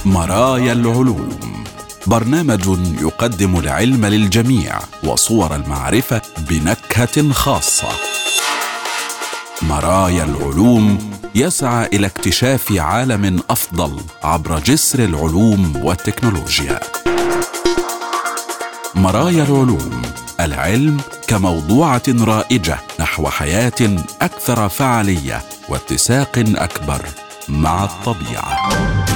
مرايا العلوم، برنامج يقدم العلم للجميع وصور المعرفة بنكهة خاصة. مرايا العلوم يسعى إلى اكتشاف عالم أفضل عبر جسر العلوم والتكنولوجيا. مرايا العلوم، العلم كموضوعة رائجة نحو حياة أكثر فعالية واتساق أكبر مع الطبيعة.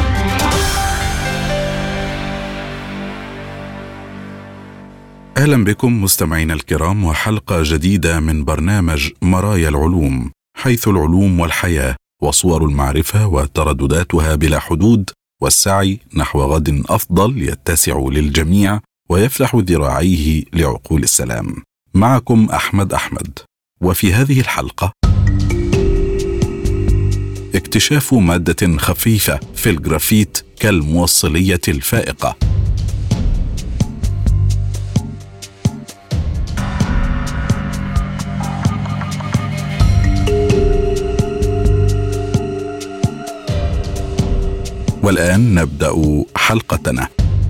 أهلا بكم مستمعينا الكرام، وحلقة جديدة من برنامج مرايا العلوم، حيث العلوم والحياة وصور المعرفة وتردداتها بلا حدود، والسعي نحو غد أفضل يتسع للجميع ويفتح ذراعيه لعقول السلام. معكم أحمد، وفي هذه الحلقة اكتشاف مادة خفيفة في الجرافيت كالموصلية الفائقة. والآن نبدأ حلقتنا.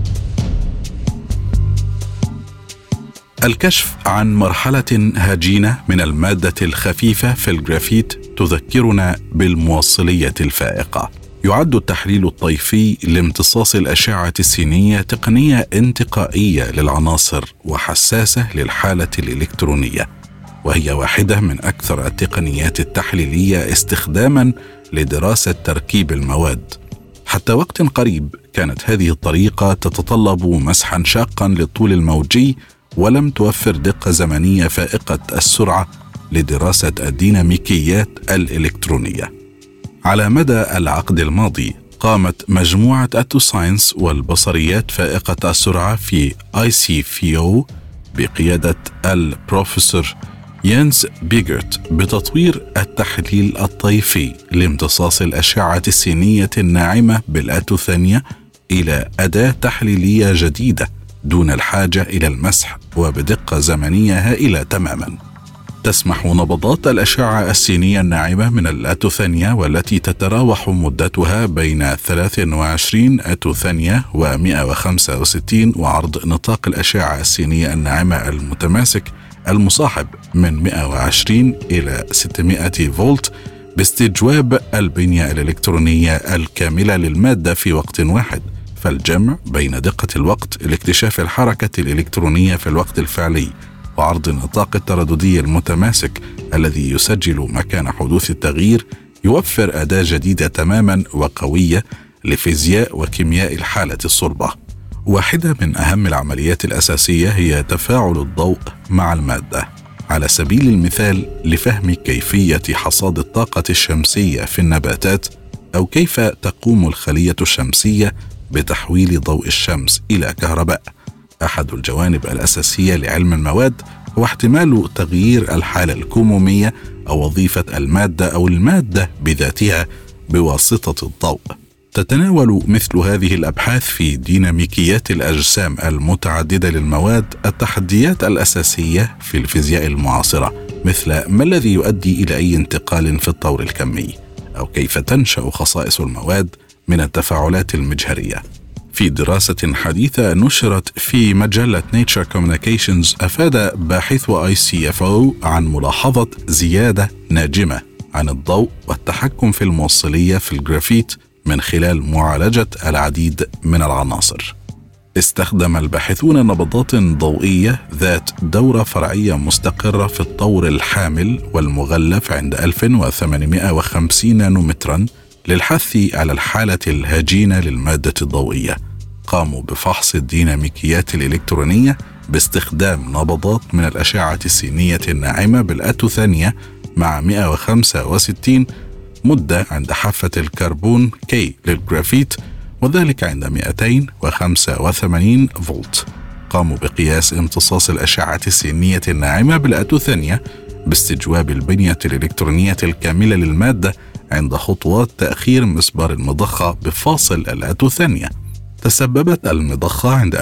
الكشف عن مرحلة هجينة من المادة الخفيفة في الجرافيت تذكرنا بالموصلية الفائقة. يعد التحليل الطيفي لامتصاص الأشعة السينية تقنية انتقائية للعناصر وحساسة للحالة الإلكترونية، وهي واحدة من أكثر التقنيات التحليلية استخداماً لدراسة تركيب المواد. حتى وقت قريب كانت هذه الطريقة تتطلب مسحاً شاقاً للطول الموجي، ولم توفر دقة زمنية فائقة السرعة لدراسة الديناميكيات الإلكترونية. على مدى العقد الماضي قامت مجموعة أتوساينس والبصريات فائقة السرعة في ICFO بقيادة البروفيسور يانز بيغرت بتطوير التحليل الطيفي لامتصاص الأشعة السينية الناعمة بالأتوثانية إلى أداة تحليلية جديدة دون الحاجة إلى المسح وبدقة زمنية هائلة تماما. تسمح نبضات الأشعة السينية الناعمة من الأتوثانية، والتي تتراوح مدتها بين 23 أتوثانية و165، وعرض نطاق الأشعة السينية الناعمة المتماسك المصاحب من 120 إلى 600 فولت، باستجواب البنية الإلكترونية الكاملة للمادة في وقت واحد، فالجمع بين دقة الوقت لاكتشاف الحركة الإلكترونية في الوقت الفعلي وعرض النطاق الترددي المتماسك الذي يسجل مكان حدوث التغيير يوفر أداة جديدة تماما وقوية لفيزياء وكيمياء الحالة الصلبة. واحدة من أهم العمليات الأساسية هي تفاعل الضوء مع المادة. على سبيل المثال، لفهم كيفية حصاد الطاقة الشمسية في النباتات، أو كيف تقوم الخلية الشمسية بتحويل ضوء الشمس إلى كهرباء، أحد الجوانب الأساسية لعلم المواد هو احتمال تغيير الحالة الكمومية أو وظيفة المادة أو المادة بذاتها بواسطة الضوء. تتناول مثل هذه الأبحاث في ديناميكيات الأجسام المتعددة للمواد التحديات الأساسية في الفيزياء المعاصرة، مثل ما الذي يؤدي إلى أي انتقال في الطور الكمي، أو كيف تنشأ خصائص المواد من التفاعلات المجهرية. في دراسة حديثة نشرت في مجلة Nature Communications، أفاد باحثو ICFO عن ملاحظة زيادة ناجمة عن الضوء والتحكم في الموصلية في الجرافيت من خلال معالجة العديد من العناصر. استخدم الباحثون نبضات ضوئية ذات دورة فرعية مستقرة في الطور الحامل والمغلف عند 1850 نانومترا للحث على الحالة الهجينة للمادة الضوئية. قاموا بفحص الديناميكيات الإلكترونية باستخدام نبضات من الأشعة السينية الناعمة بالأتوثانية مع 165 مدة عند حافة الكربون K للجرافيت، وذلك عند 285 فولت. قاموا بقياس امتصاص الأشعة السينية الناعمة بالأتوثانية باستجواب البنية الإلكترونية الكاملة للمادة عند خطوات تأخير مسبار المضخة بفاصل الأتوثانية. تسببت المضخة عند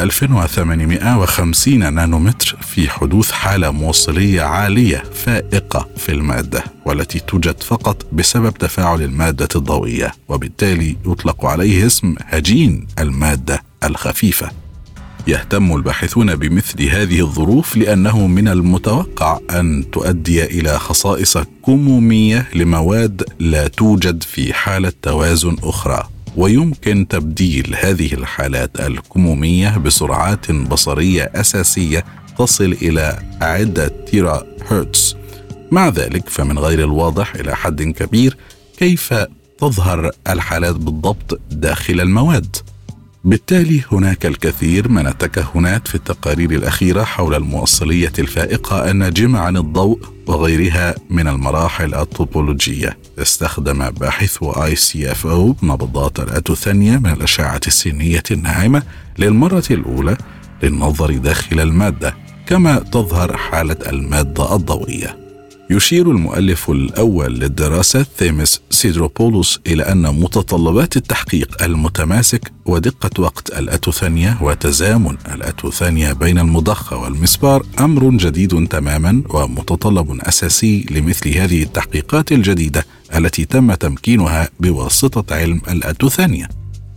1850 نانومتر في حدوث حالة موصلية عالية فائقة في المادة، والتي توجد فقط بسبب تفاعل المادة الضوئية، وبالتالي يطلق عليه اسم هجين المادة الخفيفة. يهتم الباحثون بمثل هذه الظروف لأنه من المتوقع أن تؤدي إلى خصائص كمومية لمواد لا توجد في حالة توازن أخرى، ويمكن تبديل هذه الحالات الكمومية بسرعات بصرية أساسية تصل إلى عدة تيرا هرتز. مع ذلك فمن غير الواضح إلى حد كبير كيف تظهر الحالات بالضبط داخل المواد. بالتالي هناك الكثير من التكهنات في التقارير الأخيرة حول الموصلية الفائقة الناجمة عن الضوء وغيرها من المراحل الطوبولوجية. استخدم باحثو ICFO نبضات الأتوثانية من الأشعة السينية الناعمة للمرة الأولى للنظر داخل المادة كما تظهر حالة المادة الضوئية. يشير المؤلف الأول للدراسة ثيمس سيدروبولوس إلى أن متطلبات التحقيق المتماسك ودقة وقت الأتوثانية وتزامن الأتوثانية بين المضخة والمسبار أمر جديد تماما ومتطلب أساسي لمثل هذه التحقيقات الجديدة التي تم تمكينها بواسطة علم الأتوثانية.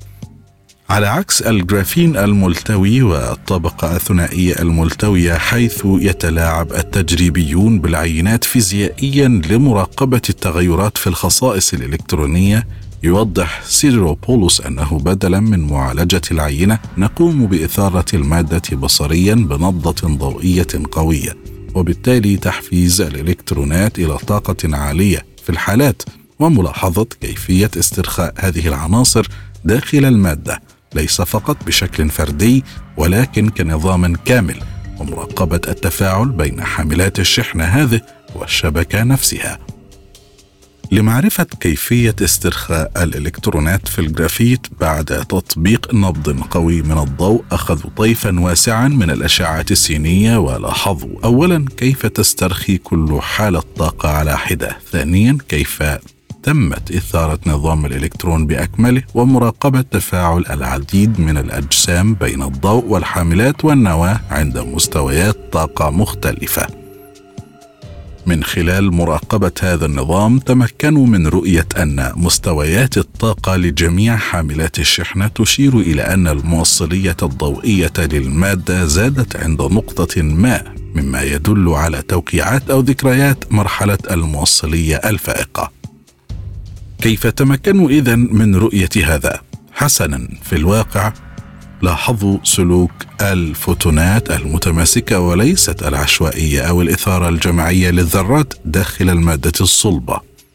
على عكس الجرافين الملتوي والطبقة الثنائية الملتوية، حيث يتلاعب التجريبيون بالعينات فيزيائيا لمراقبة التغيرات في الخصائص الإلكترونية، يوضح سيدروبولوس أنه بدلا من معالجة العينة نقوم بإثارة المادة بصريا بنبضة ضوئية قوية، وبالتالي تحفيز الإلكترونات إلى طاقة عالية في الحالات، وملاحظة كيفية استرخاء هذه العناصر داخل المادة ليس فقط بشكل فردي ولكن كنظام كامل، ومراقبة التفاعل بين حاملات الشحنة هذه والشبكة نفسها. لمعرفة كيفية استرخاء الإلكترونات في الجرافيت بعد تطبيق نبض قوي من الضوء، أخذوا طيفا واسعا من الأشعة السينية ولاحظوا أولا كيف تسترخي كل حالة طاقة على حدة، ثانيا كيف تمت إثارة نظام الإلكترون بأكمله، ومراقبة تفاعل العديد من الأجسام بين الضوء والحاملات والنواة عند مستويات طاقة مختلفة. من خلال مراقبة هذا النظام تمكنوا من رؤية أن مستويات الطاقة لجميع حاملات الشحنة تشير إلى أن الموصلية الضوئية للمادة زادت عند نقطة ما، مما يدل على توقيعات أو ذكريات مرحلة الموصلية الفائقة. كيف تمكنوا إذن من رؤية هذا؟ حسنا، في الواقع لاحظوا سلوك الفوتونات المتماسكة وليست العشوائية أو الإثارة الجماعية للذرات داخل المادة الصلبة.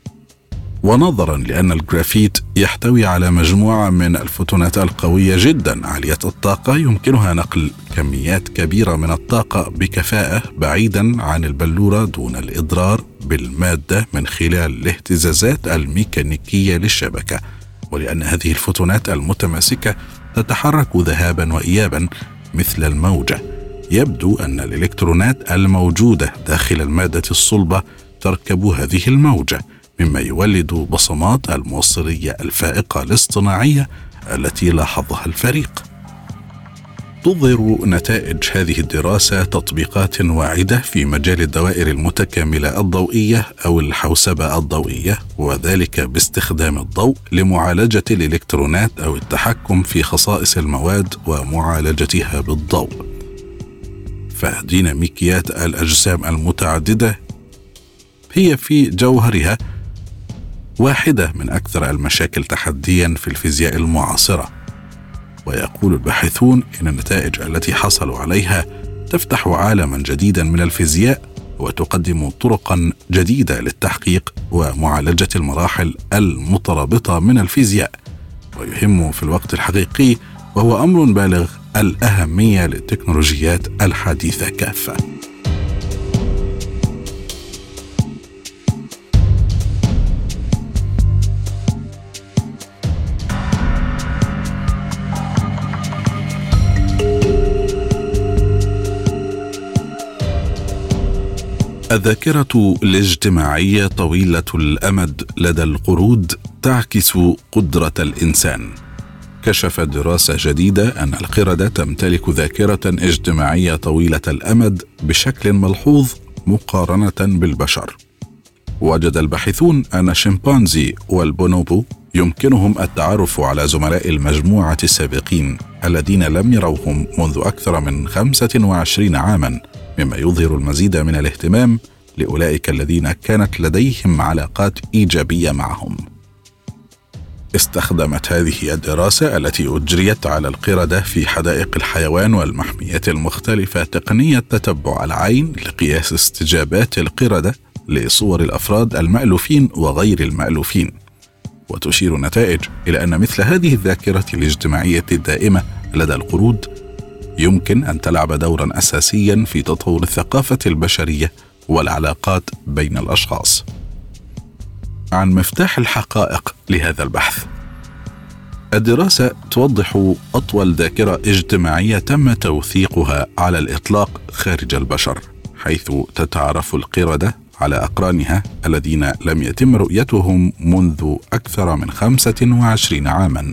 ونظرا لأن الجرافيت يحتوي على مجموعة من الفوتونات القوية جدا عالية الطاقة، يمكنها نقل كميات كبيرة من الطاقة بكفاءة بعيدا عن البلورة دون الإضرار بالمادة من خلال الاهتزازات الميكانيكية للشبكة. ولأن هذه الفوتونات المتماسكة تتحرك ذهابا وإيابا مثل الموجة، يبدو أن الإلكترونات الموجودة داخل المادة الصلبة تركب هذه الموجة، مما يولد بصمات الموصلية الفائقة الاصطناعية التي لاحظها الفريق. تظهر نتائج هذه الدراسة تطبيقات واعدة في مجال الدوائر المتكاملة الضوئية أو الحوسبة الضوئية، وذلك باستخدام الضوء لمعالجة الإلكترونات أو التحكم في خصائص المواد ومعالجتها بالضوء. فديناميكيات الأجسام المتعددة هي في جوهرها واحدة من أكثر المشاكل تحديا في الفيزياء المعاصرة. ويقول الباحثون إن النتائج التي حصلوا عليها تفتح عالما جديدا من الفيزياء وتقدم طرقا جديدة للتحقيق ومعالجة المراحل المترابطة من الفيزياء، ويهم في الوقت الحقيقي، وهو أمر بالغ الأهمية للتكنولوجيات الحديثة كافة. الذاكرة الاجتماعية طويلة الأمد لدى القرود تعكس قدرة الإنسان. كشفت دراسة جديدة أن القردة تمتلك ذاكرة اجتماعية طويلة الأمد بشكل ملحوظ مقارنة بالبشر. وجد الباحثون أن الشمبانزي والبونوبو يمكنهم التعرف على زملاء المجموعة السابقين الذين لم يروهم منذ أكثر من 25 عاماً، مما يظهر المزيد من الاهتمام لأولئك الذين كانت لديهم علاقات إيجابية معهم. استخدمت هذه الدراسة التي أجريت على القردة في حدائق الحيوان والمحميات المختلفة تقنية تتبع العين لقياس استجابات القردة لصور الأفراد المألوفين وغير المألوفين. وتشير النتائج إلى أن مثل هذه الذاكرة الاجتماعية الدائمة لدى القرود يمكن أن تلعب دورا أساسيا في تطور الثقافة البشرية والعلاقات بين الأشخاص. عن مفتاح الحقائق لهذا البحث، الدراسة توضح أطول ذاكرة اجتماعية تم توثيقها على الإطلاق خارج البشر، حيث تتعرف القردة على أقرانها الذين لم يتم رؤيتهم منذ أكثر من 25 عاماً.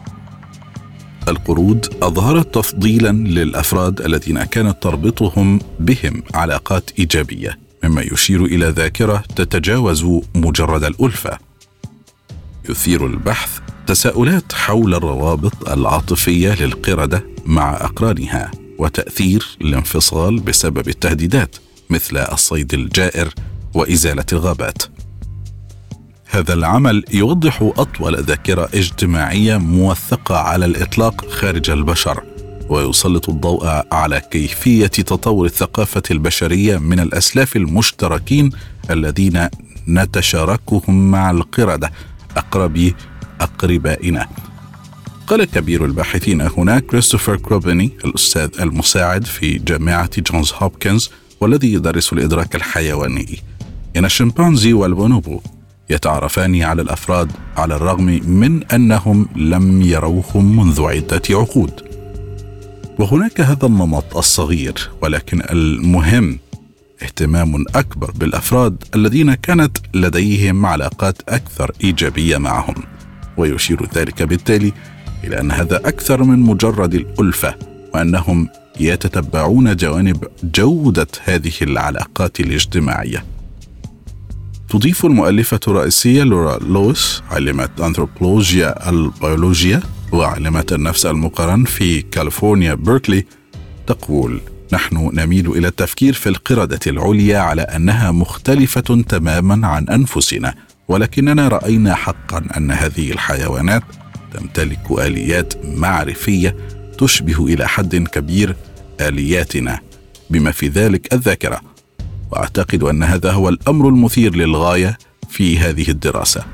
القرود أظهرت تفضيلاً للأفراد الذين كانت تربطهم بهم علاقات إيجابية، مما يشير إلى ذاكرة تتجاوز مجرد الألفة. يثير البحث تساؤلات حول الروابط العاطفية للقردة مع أقرانها وتأثير الانفصال بسبب التهديدات مثل الصيد الجائر وإزالة الغابات. هذا العمل يوضح أطول ذاكرة اجتماعية موثقة على الإطلاق خارج البشر، ويسلط الضوء على كيفية تطور الثقافة البشرية من الأسلاف المشتركين الذين نتشاركهم مع القردة أقربائنا. قال كبير الباحثين هنا كريستوفر كروبيني، الأستاذ المساعد في جامعة جونز هوبكنز والذي يدرس الإدراك الحيواني، إن الشمبانزي والبونوبو يتعرفان على الأفراد على الرغم من أنهم لم يروهم منذ عدة عقود. وهناك هذا النمط الصغير، ولكن المهم اهتمام أكبر بالأفراد الذين كانت لديهم علاقات أكثر إيجابية معهم، ويشير ذلك بالتالي إلى أن هذا أكثر من مجرد الألفة، وأنهم يتتبعون جوانب جودة هذه العلاقات الاجتماعية. تضيف المؤلفة الرئيسية لورا لويس، عالمة أنثروبولوجيا البيولوجيا وعالمة النفس المقارن في كاليفورنيا بيركلي، تقول: نحن نميل إلى التفكير في القردة العليا على أنها مختلفة تماما عن أنفسنا، ولكننا رأينا حقا أن هذه الحيوانات تمتلك آليات معرفية تشبه إلى حد كبير آلياتنا، بما في ذلك الذاكرة. وأعتقد أن هذا هو الأمر المثير للغاية في هذه الدراسة.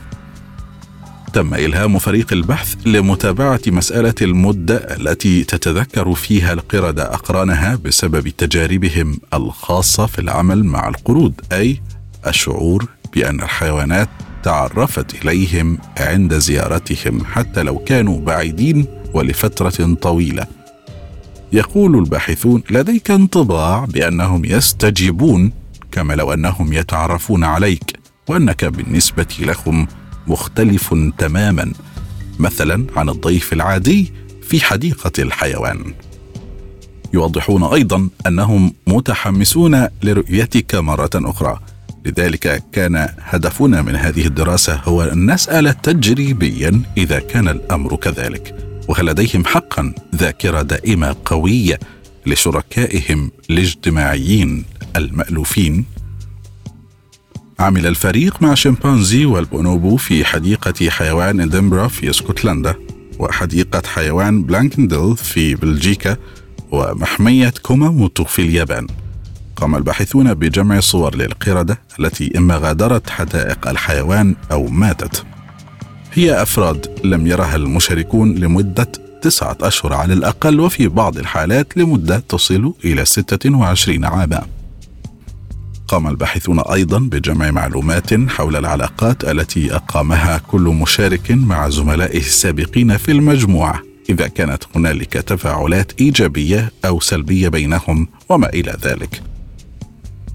تم إلهام فريق البحث لمتابعة مسألة المدة التي تتذكر فيها القردة أقرانها بسبب تجاربهم الخاصة في العمل مع القرود، أي الشعور بأن الحيوانات تعرفت إليهم عند زيارتهم حتى لو كانوا بعيدين ولفترة طويلة. يقول الباحثون: لديك انطباع بأنهم يستجيبون كما لو أنهم يتعرفون عليك، وأنك بالنسبة لهم مختلف تماما، مثلا عن الضيف العادي في حديقة الحيوان. يوضحون أيضا أنهم متحمسون لرؤيتك مرة أخرى، لذلك كان هدفنا من هذه الدراسة هو أن نسأل تجريبيا إذا كان الأمر كذلك، وهل لديهم حقا ذاكرة دائمة قوية لشركائهم الاجتماعيين المألوفين. عمل الفريق مع شمبانزي والبونوبو في حديقة حيوان إدنبرا في اسكتلندا، وحديقة حيوان بلانكنديل في بلجيكا، ومحمية كوماموتو في اليابان. قام الباحثون بجمع صور للقردة التي إما غادرت حدائق الحيوان أو ماتت. هي أفراد لم يرها المشاركون لمدة 9 أشهر على الأقل، وفي بعض الحالات لمدة تصل إلى 26 عاما. قام الباحثون أيضا بجمع معلومات حول العلاقات التي أقامها كل مشارك مع زملائه السابقين في المجموعة، إذا كانت هنالك تفاعلات إيجابية أو سلبية بينهم وما إلى ذلك.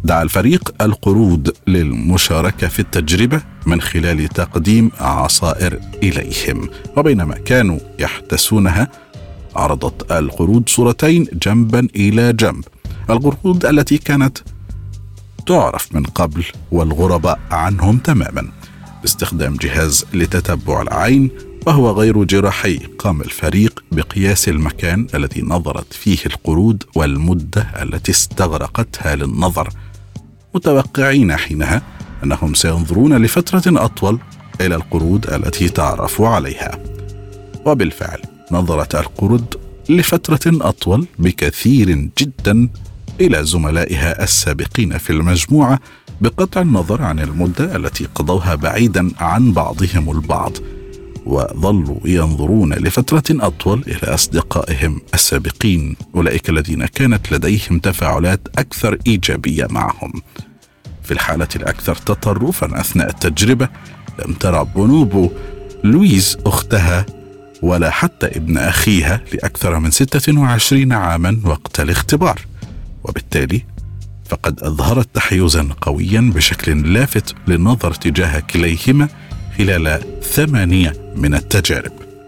دعا الفريق القرود للمشاركة في التجربة من خلال تقديم عصائر إليهم، وبينما كانوا يحتسونها عرضت القرود صورتين جنبا إلى جنب، القرود التي كانت تعرف من قبل والغرباء عنهم تماما، باستخدام جهاز لتتبع العين وهو غير جراحي. قام الفريق بقياس المكان الذي نظرت فيه القرود والمدة التي استغرقتها للنظر، متوقعين حينها أنهم سينظرون لفترة أطول إلى القرود التي تعرفوا عليها. وبالفعل نظرت القرود لفترة أطول بكثير جدا إلى زملائها السابقين في المجموعة، بقطع النظر عن المدة التي قضوها بعيدا عن بعضهم البعض، وظلوا ينظرون لفترة أطول إلى أصدقائهم السابقين، أولئك الذين كانت لديهم تفاعلات أكثر إيجابية معهم. في الحالة الأكثر تطرفا أثناء التجربة لم ترى بونوبو لويز أختها ولا حتى ابن أخيها لأكثر من 26 عاما وقت الاختبار، وبالتالي فقد أظهرت تحيزا قويا بشكل لافت للنظر تجاه كليهما خلال 8 من التجارب.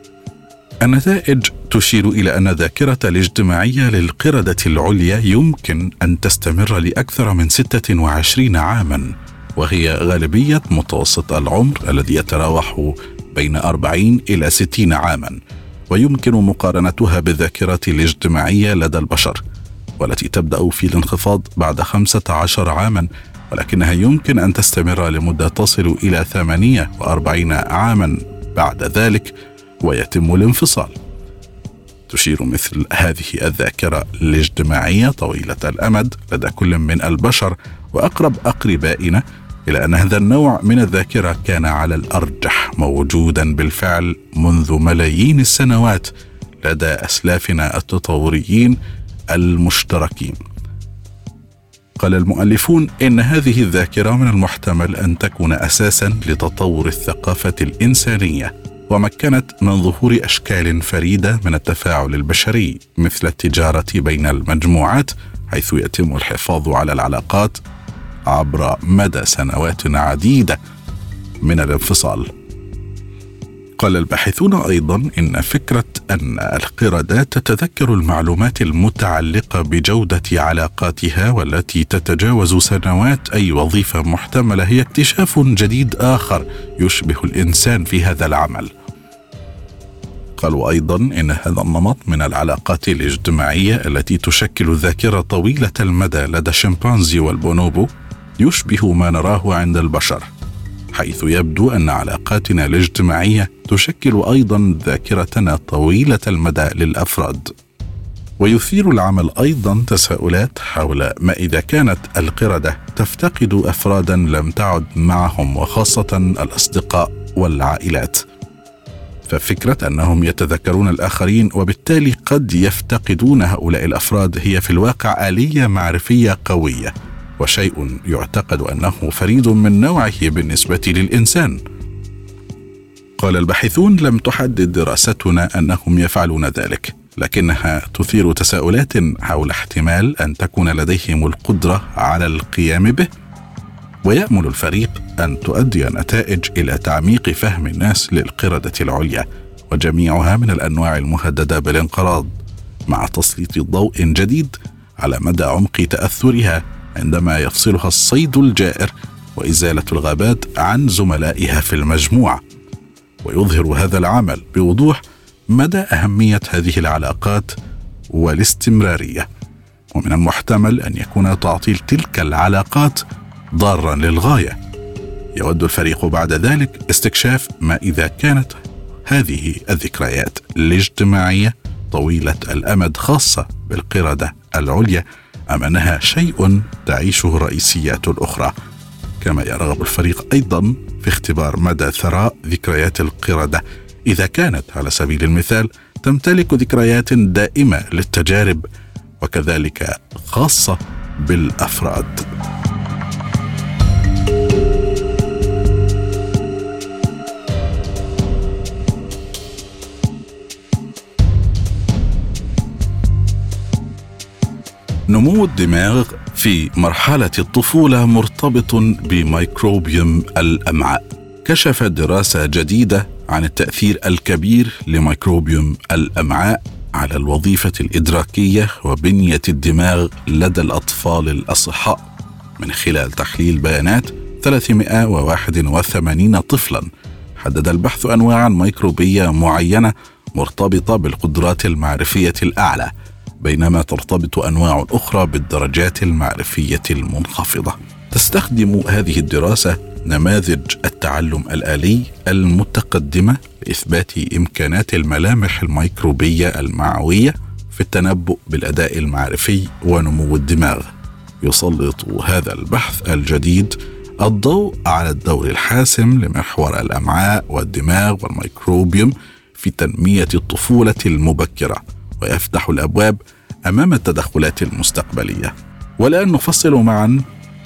النتائج تشير إلى أن الذاكرة الاجتماعية للقردة العليا يمكن أن تستمر لأكثر من 26 عاما، وهي غالبية متوسط العمر الذي يتراوح بين 40 إلى 60 عاما، ويمكن مقارنتها بالذاكرة الاجتماعية لدى البشر والتي تبدأ في الانخفاض بعد 15 عاما، ولكنها يمكن أن تستمر لمدة تصل إلى 48 عاما بعد ذلك ويتم الانفصال. تشير مثل هذه الذاكرة الاجتماعية طويلة الأمد لدى كل من البشر وأقرب أقربائنا إلى أن هذا النوع من الذاكرة كان على الأرجح موجودا بالفعل منذ ملايين السنوات لدى أسلافنا التطوريين المشتركين. قال المؤلفون إن هذه الذاكرة من المحتمل أن تكون أساسا لتطور الثقافة الإنسانية، ومكنت من ظهور أشكال فريدة من التفاعل البشري مثل التجارة بين المجموعات، حيث يتم الحفاظ على العلاقات عبر مدى سنوات عديدة من الانفصال. قال الباحثون أيضا إن فكرة أن القردات تتذكر المعلومات المتعلقة بجودة علاقاتها والتي تتجاوز سنوات أي وظيفة محتملة هي اكتشاف جديد آخر يشبه الإنسان في هذا العمل. قالوا أيضا إن هذا النمط من العلاقات الاجتماعية التي تشكل ذاكرة طويلة المدى لدى الشمبانزي والبونوبو يشبه ما نراه عند البشر، حيث يبدو أن علاقاتنا الاجتماعية تشكل أيضا ذاكرتنا طويلة المدى للأفراد. ويثير العمل أيضا تساؤلات حول ما إذا كانت القردة تفتقد أفرادا لم تعد معهم، وخاصة الأصدقاء والعائلات، ففكرة أنهم يتذكرون الآخرين وبالتالي قد يفتقدون هؤلاء الأفراد هي في الواقع آلية معرفية قوية، وشيء يعتقد أنه فريد من نوعه بالنسبة للإنسان. قال الباحثون لم تحدد دراستنا أنهم يفعلون ذلك، لكنها تثير تساؤلات حول احتمال أن تكون لديهم القدرة على القيام به، ويأمل الفريق أن تؤدي نتائج إلى تعميق فهم الناس للقردة العليا وجميعها من الأنواع المهددة بالانقراض، مع تسليط ضوء جديد على مدى عمق تأثرها عندما يفصلها الصيد الجائر وإزالة الغابات عن زملائها في المجموعة. ويظهر هذا العمل بوضوح مدى أهمية هذه العلاقات والاستمرارية، ومن المحتمل أن يكون تعطيل تلك العلاقات ضارا للغاية. يود الفريق بعد ذلك استكشاف ما إذا كانت هذه الذكريات الاجتماعية طويلة الأمد خاصة بالقردة العليا أم أنها شيء تعيشه الرئيسيات الأخرى، كما يرغب الفريق أيضا في اختبار مدى ثراء ذكريات القردة إذا كانت على سبيل المثال تمتلك ذكريات دائمة للتجارب وكذلك خاصة بالأفراد. نمو الدماغ في مرحلة الطفولة مرتبط بميكروبيوم الأمعاء. كشفت دراسة جديدة عن التأثير الكبير لميكروبيوم الأمعاء على الوظيفة الإدراكية وبنية الدماغ لدى الأطفال الأصحاء من خلال تحليل بيانات 381 طفلاً. حدد البحث أنواعاً ميكروبية معينة مرتبطة بالقدرات المعرفية الأعلى، بينما ترتبط أنواع أخرى بالدرجات المعرفية المنخفضة. تستخدم هذه الدراسة نماذج التعلم الآلي المتقدمة لإثبات إمكانات الملامح الميكروبية المعوية في التنبؤ بالأداء المعرفي ونمو الدماغ. يسلط هذا البحث الجديد الضوء على الدور الحاسم لمحور الأمعاء والدماغ والميكروبيوم في تنمية الطفولة المبكرة، ويفتح الأبواب أمام التدخلات المستقبلية. والآن نفصل معا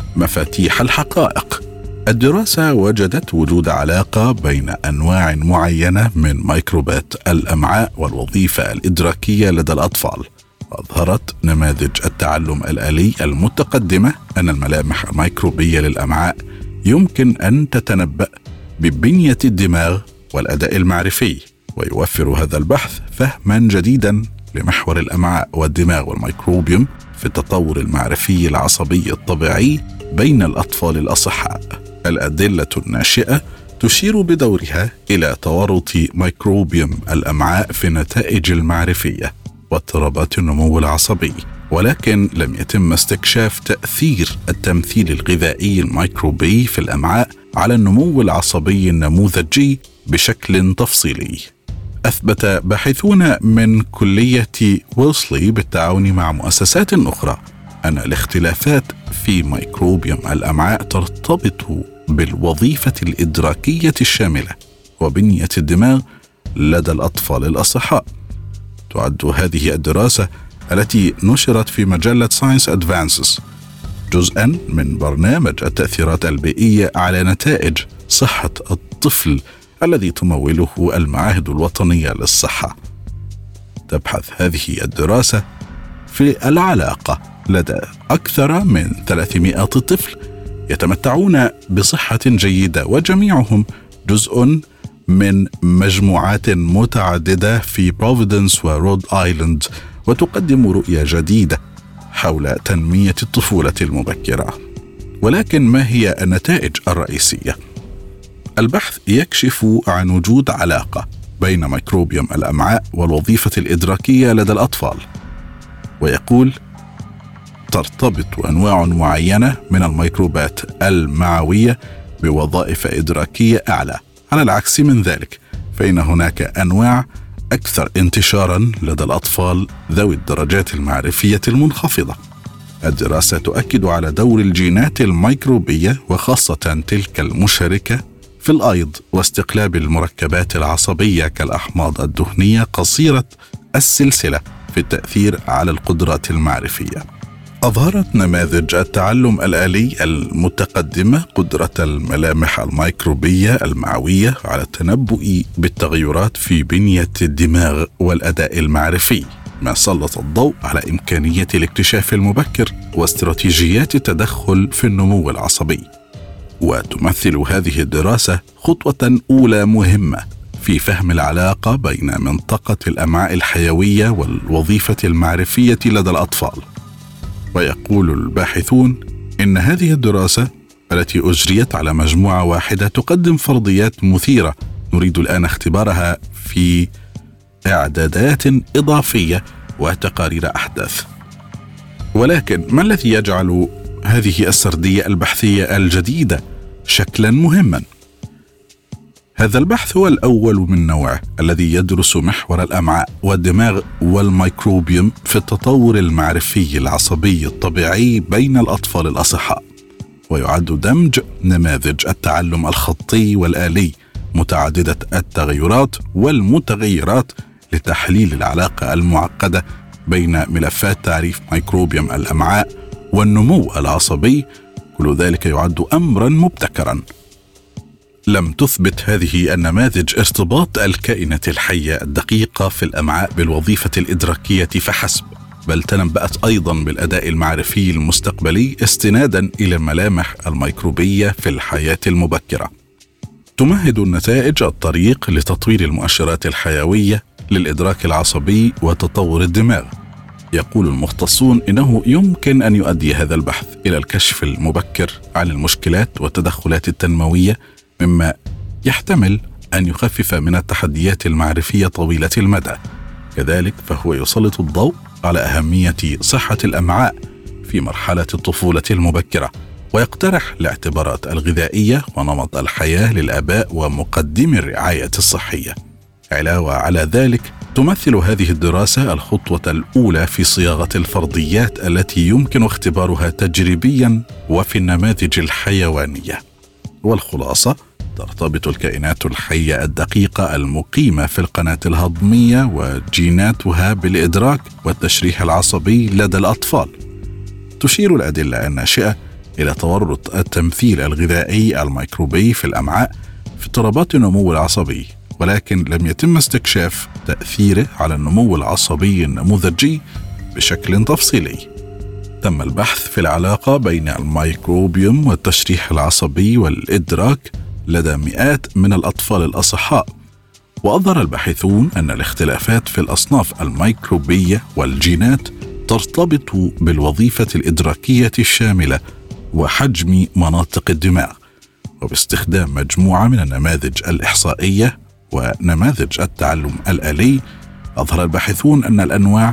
مفاتيح الحقائق. الدراسة وجدت وجود علاقة بين أنواع معينة من ميكروبات الأمعاء والوظيفة الإدراكية لدى الأطفال. أظهرت نماذج التعلم الآلي المتقدمة أن الملامح الميكروبية للأمعاء يمكن أن تتنبأ ببنية الدماغ والأداء المعرفي. ويوفر هذا البحث فهما جديدا لمحور الأمعاء والدماغ والميكروبيوم في التطور المعرفي العصبي الطبيعي بين الأطفال الأصحاء. الأدلة الناشئة تشير بدورها إلى تورط ميكروبيوم الأمعاء في النتائج المعرفية واضطرابات النمو العصبي، ولكن لم يتم استكشاف تأثير التمثيل الغذائي الميكروبي في الأمعاء على النمو العصبي النموذجي بشكل تفصيلي. أثبت باحثون من كلية ويلسلي بالتعاون مع مؤسسات أخرى أن الاختلافات في ميكروبيوم الأمعاء ترتبط بالوظيفة الإدراكية الشاملة وبنية الدماغ لدى الأطفال الأصحاء. تعد هذه الدراسة التي نشرت في مجلة Science Advances جزءاً من برنامج التأثيرات البيئية على نتائج صحة الطفل الذي تموله المعاهد الوطنية للصحة. تبحث هذه الدراسة في العلاقة لدى أكثر من 300 طفل يتمتعون بصحة جيدة، وجميعهم جزء من مجموعات متعددة في بروفيدنس ورود آيلاند، وتقدم رؤية جديدة حول تنمية الطفولة المبكرة. ولكن ما هي النتائج الرئيسية؟ البحث يكشف عن وجود علاقة بين ميكروبيوم الأمعاء والوظيفة الإدراكية لدى الأطفال، ويقول ترتبط أنواع معينة من الميكروبات المعوية بوظائف إدراكية أعلى. على العكس من ذلك، فإن هناك أنواع أكثر انتشاراً لدى الأطفال ذوي الدرجات المعرفية المنخفضة. الدراسة تؤكد على دور الجينات الميكروبية، وخاصة تلك المشاركة في الأيض واستقلاب المركبات العصبية كالأحماض الدهنية قصيرة السلسلة في التأثير على القدرات المعرفية. أظهرت نماذج التعلم الآلي المتقدمة قدرة الملامح الميكروبية المعوية على التنبؤ بالتغيرات في بنية الدماغ والأداء المعرفي، ما سلط الضوء على إمكانية الاكتشاف المبكر واستراتيجيات التدخل في النمو العصبي. وتمثل هذه الدراسة خطوة أولى مهمة في فهم العلاقة بين منطقة الأمعاء الحيوية والوظيفة المعرفية لدى الأطفال. ويقول الباحثون إن هذه الدراسة التي أجريت على مجموعة واحدة تقدم فرضيات مثيرة نريد الآن اختبارها في إعدادات إضافية وتقارير أحداث. ولكن ما الذي يجعل هذه السردية البحثية الجديدة شكلا مهما؟ هذا البحث هو الأول من نوعه الذي يدرس محور الأمعاء والدماغ والميكروبيوم في التطور المعرفي العصبي الطبيعي بين الأطفال الأصحاء، ويعد دمج نماذج التعلم الخطي والآلي متعددة التغيرات والمتغيرات لتحليل العلاقة المعقدة بين ملفات تعريف ميكروبيوم الأمعاء والنمو العصبي. كل ذلك يعد أمرا مبتكرا. لم تثبت هذه النماذج ارتباط الكائنات الحية الدقيقة في الأمعاء بالوظيفة الإدراكية فحسب، بل تنبأت أيضا بالأداء المعرفي المستقبلي استنادا إلى الملامح الميكروبية في الحياة المبكرة. تمهد النتائج الطريق لتطوير المؤشرات الحيوية للإدراك العصبي وتطور الدماغ. يقول المختصون إنه يمكن أن يؤدي هذا البحث إلى الكشف المبكر عن المشكلات والتدخلات التنموية، مما يحتمل أن يخفف من التحديات المعرفية طويلة المدى. كذلك فهو يسلط الضوء على أهمية صحة الأمعاء في مرحلة الطفولة المبكرة، ويقترح الاعتبارات الغذائية ونمط الحياة للآباء ومقدمي الرعاية الصحية. علاوة على ذلك، تمثل هذه الدراسة الخطوة الأولى في صياغة الفرضيات التي يمكن اختبارها تجريبيا وفي النماذج الحيوانية. والخلاصة، ترتبط الكائنات الحية الدقيقة المقيمة في القناة الهضمية وجيناتها بالإدراك والتشريح العصبي لدى الأطفال. تشير الأدلة الناشئة إلى تورط التمثيل الغذائي الميكروبي في الأمعاء في اضطرابات النمو العصبي، ولكن لم يتم استكشاف تأثيره على النمو العصبي النموذجي بشكل تفصيلي. تم البحث في العلاقة بين الميكروبيوم والتشريح العصبي والإدراك لدى مئات من الأطفال الأصحاء، وأظهر الباحثون أن الاختلافات في الأصناف الميكروبية والجينات ترتبط بالوظيفة الإدراكية الشاملة وحجم مناطق الدماغ. وباستخدام مجموعة من النماذج الإحصائية ونماذج التعلم الآلي، أظهر الباحثون أن الأنواع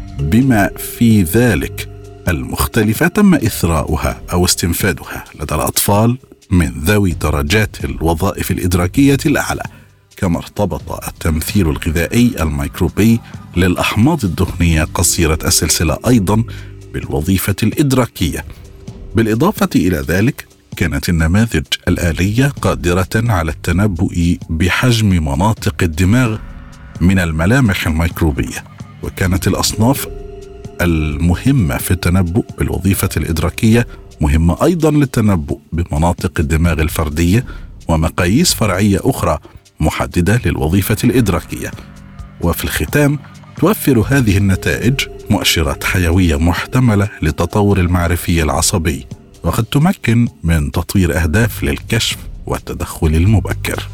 بما في ذلك المختلفة تم إثراؤها أو استنفادها لدى الأطفال من ذوي درجات الوظائف الإدراكية الأعلى. كما ارتبط التمثيل الغذائي الميكروبي للأحماض الدهنية قصيرة السلسلة أيضا بالوظيفة الإدراكية. بالإضافة إلى ذلك، كانت النماذج الآلية قادرة على التنبؤ بحجم مناطق الدماغ من الملامح الميكروبية، وكانت الأصناف المهمة في التنبؤ بالوظيفة الإدراكية مهمة أيضا للتنبؤ بمناطق الدماغ الفردية ومقاييس فرعية أخرى محددة للوظيفة الإدراكية. وفي الختام، توفر هذه النتائج مؤشرات حيوية محتملة للتطور المعرفي العصبي، وقد تمكن من تطوير أهداف للكشف والتدخل المبكر.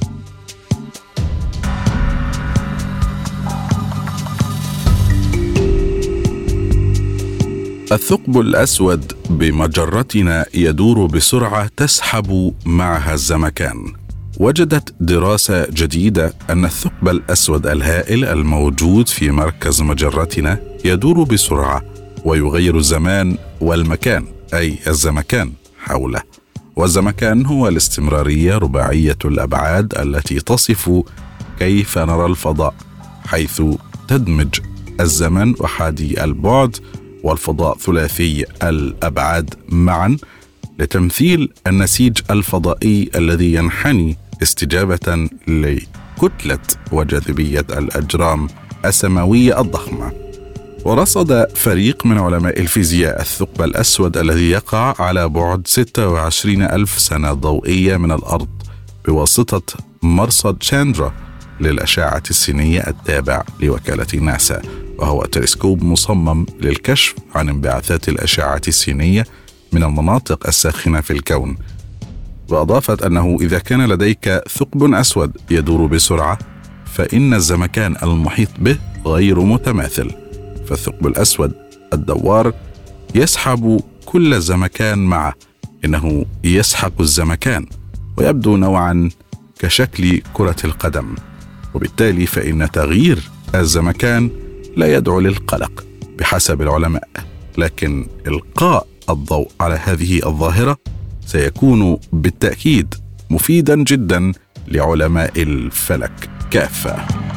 الثقب الأسود بمجرتنا يدور بسرعة تسحب معها الزمكان. وجدت دراسة جديدة أن الثقب الأسود الهائل الموجود في مركز مجرتنا يدور بسرعة ويغير الزمان والمكان، أي الزمكان حوله. والزمكان هو الاستمرارية رباعية الأبعاد التي تصف كيف نرى الفضاء، حيث تدمج الزمن أحادي البعد والفضاء ثلاثي الأبعاد معا لتمثيل النسيج الفضائي الذي ينحني استجابة لكتلة وجاذبية الأجرام السماوية الضخمة. ورصد فريق من علماء الفيزياء الثقب الأسود الذي يقع على بعد 26,000 سنة ضوئية من الأرض بواسطة مرصد تشاندرا للأشعة السينية التابع لوكالة ناسا، وهو تلسكوب مصمم للكشف عن انبعاثات الأشعة السينية من المناطق الساخنة في الكون. وأضافت أنه إذا كان لديك ثقب أسود يدور بسرعة، فإن الزمكان المحيط به غير متماثل، فالثقب الأسود الدوار يسحب كل الزمكان معه. إنه يسحق الزمكان ويبدو نوعا كشكل كرة القدم، وبالتالي فإن تغيير الزمكان لا يدعو للقلق بحسب العلماء، لكن إلقاء الضوء على هذه الظاهرة سيكون بالتأكيد مفيدا جدا لعلماء الفلك كافة.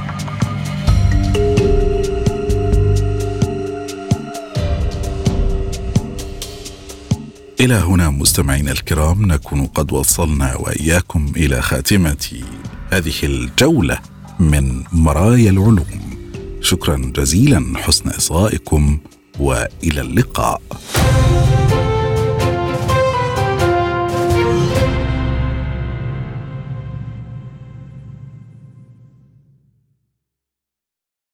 إلى هنا مستمعينا الكرام نكون قد وصلنا وإياكم إلى خاتمة هذه الجولة من مرايا العلوم. شكرا جزيلا حسن إصغائكم وإلى اللقاء.